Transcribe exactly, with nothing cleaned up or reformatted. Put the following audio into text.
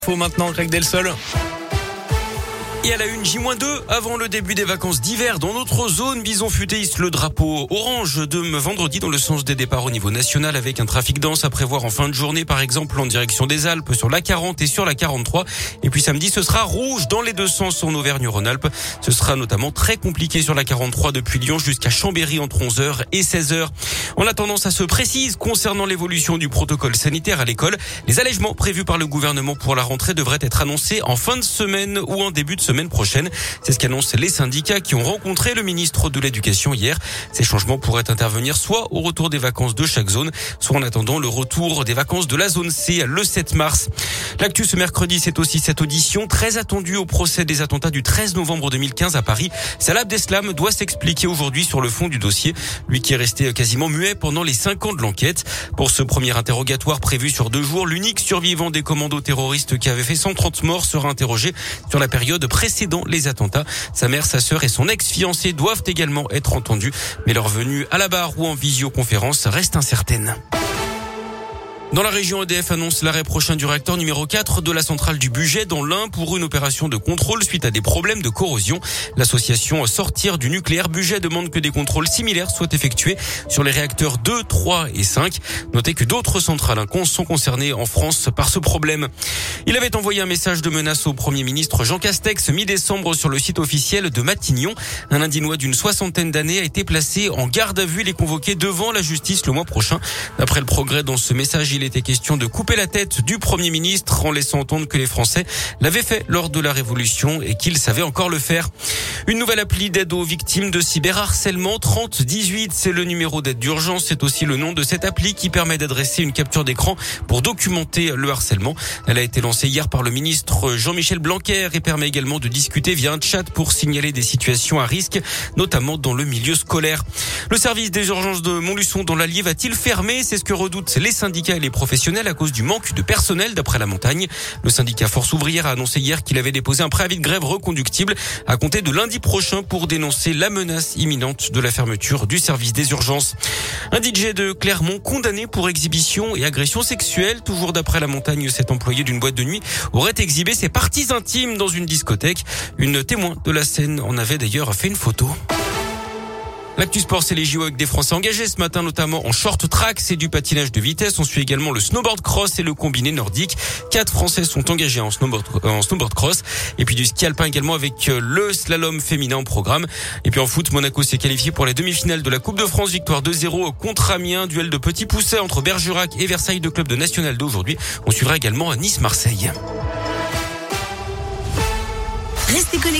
Faut maintenant Greg Delsol. Et à la une, J deux avant le début des vacances d'hiver. Dans notre zone, Bison Futé hisse le drapeau orange de vendredi dans le sens des départs au niveau national avec un trafic dense à prévoir en fin de journée, par exemple en direction des Alpes sur l'A quarante et sur l'A quarante-trois. Et puis samedi, ce sera rouge dans les deux sens en Auvergne-Rhône-Alpes. Ce sera notamment très compliqué sur l'A quarante-trois depuis Lyon jusqu'à Chambéry entre onze heures et seize heures. En attendant, ça se précise concernant l'évolution du protocole sanitaire à l'école. Les allègements prévus par le gouvernement pour la rentrée devraient être annoncés en fin de semaine ou en début de semaine prochaine. C'est ce qu'annoncent les syndicats qui ont rencontré le ministre de l'Éducation hier. Ces changements pourraient intervenir soit au retour des vacances de chaque zone, soit en attendant le retour des vacances de la zone C le sept mars. L'actu ce mercredi, c'est aussi cette audition très attendue au procès des attentats du treize novembre deux mille quinze à Paris. Salah Abdeslam doit s'expliquer aujourd'hui sur le fond du dossier, lui qui est resté quasiment muet pendant les cinq ans de l'enquête. Pour ce premier interrogatoire prévu sur deux jours, l'unique survivant des commandos terroristes qui avait fait cent trente morts sera interrogé sur la période précédant les attentats. Sa mère, sa sœur et son ex-fiancé doivent également être entendus, mais leur venue à la barre ou en visioconférence reste incertaine. Dans la région, E D F annonce l'arrêt prochain du réacteur numéro quatre de la centrale du Bugey dans l'Ain pour une opération de contrôle suite à des problèmes de corrosion. L'association Sortir du nucléaire Bugey demande que des contrôles similaires soient effectués sur les réacteurs deux, trois et cinq. Notez que d'autres centrales sont concernées en France par ce problème. Il avait envoyé un message de menace au Premier ministre Jean Castex mi-décembre sur le site officiel de Matignon. Un Indinois d'une soixantaine d'années a été placé en garde à vue. Il est convoqué devant la justice le mois prochain. D'après le Progrès, dans ce message, il Il était question de couper la tête du Premier ministre en laissant entendre que les Français l'avaient fait lors de la Révolution et qu'ils savaient encore le faire. Une nouvelle appli d'aide aux victimes de cyberharcèlement, trente dix-huit, c'est le numéro d'aide d'urgence. C'est aussi le nom de cette appli qui permet d'adresser une capture d'écran pour documenter le harcèlement. Elle a été lancée hier par le ministre Jean-Michel Blanquer et permet également de discuter via un chat pour signaler des situations à risque, notamment dans le milieu scolaire. Le service des urgences de Montluçon dans l'Allier va-t-il fermer? C'est ce que redoutent les syndicats et les professionnels à cause du manque de personnel d'après la montagne. Le syndicat Force ouvrière a annoncé hier qu'il avait déposé un préavis de grève reconductible à compter de lundi prochain pour dénoncer la menace imminente de la fermeture du service des urgences. Un D J de Clermont condamné pour exhibition et agression sexuelle. Toujours d'après la montagne, cet employé d'une boîte de nuit aurait exhibé ses parties intimes dans une discothèque. Une témoin de la scène en avait d'ailleurs fait une photo. L'actu sport, c'est les J O avec des Français engagés ce matin, notamment en short track, c'est du patinage de vitesse. On suit également le snowboard cross et le combiné nordique. Quatre Français sont engagés en snowboard, en snowboard cross. Et puis du ski alpin également avec le slalom féminin en programme. Et puis en foot, Monaco s'est qualifié pour les demi-finales de la Coupe de France. Victoire deux zéro contre Amiens. Duel de petits poussets entre Bergerac et Versailles, deux clubs de National deux aujourd'hui. On suivra également à Nice-Marseille. Restez connectés.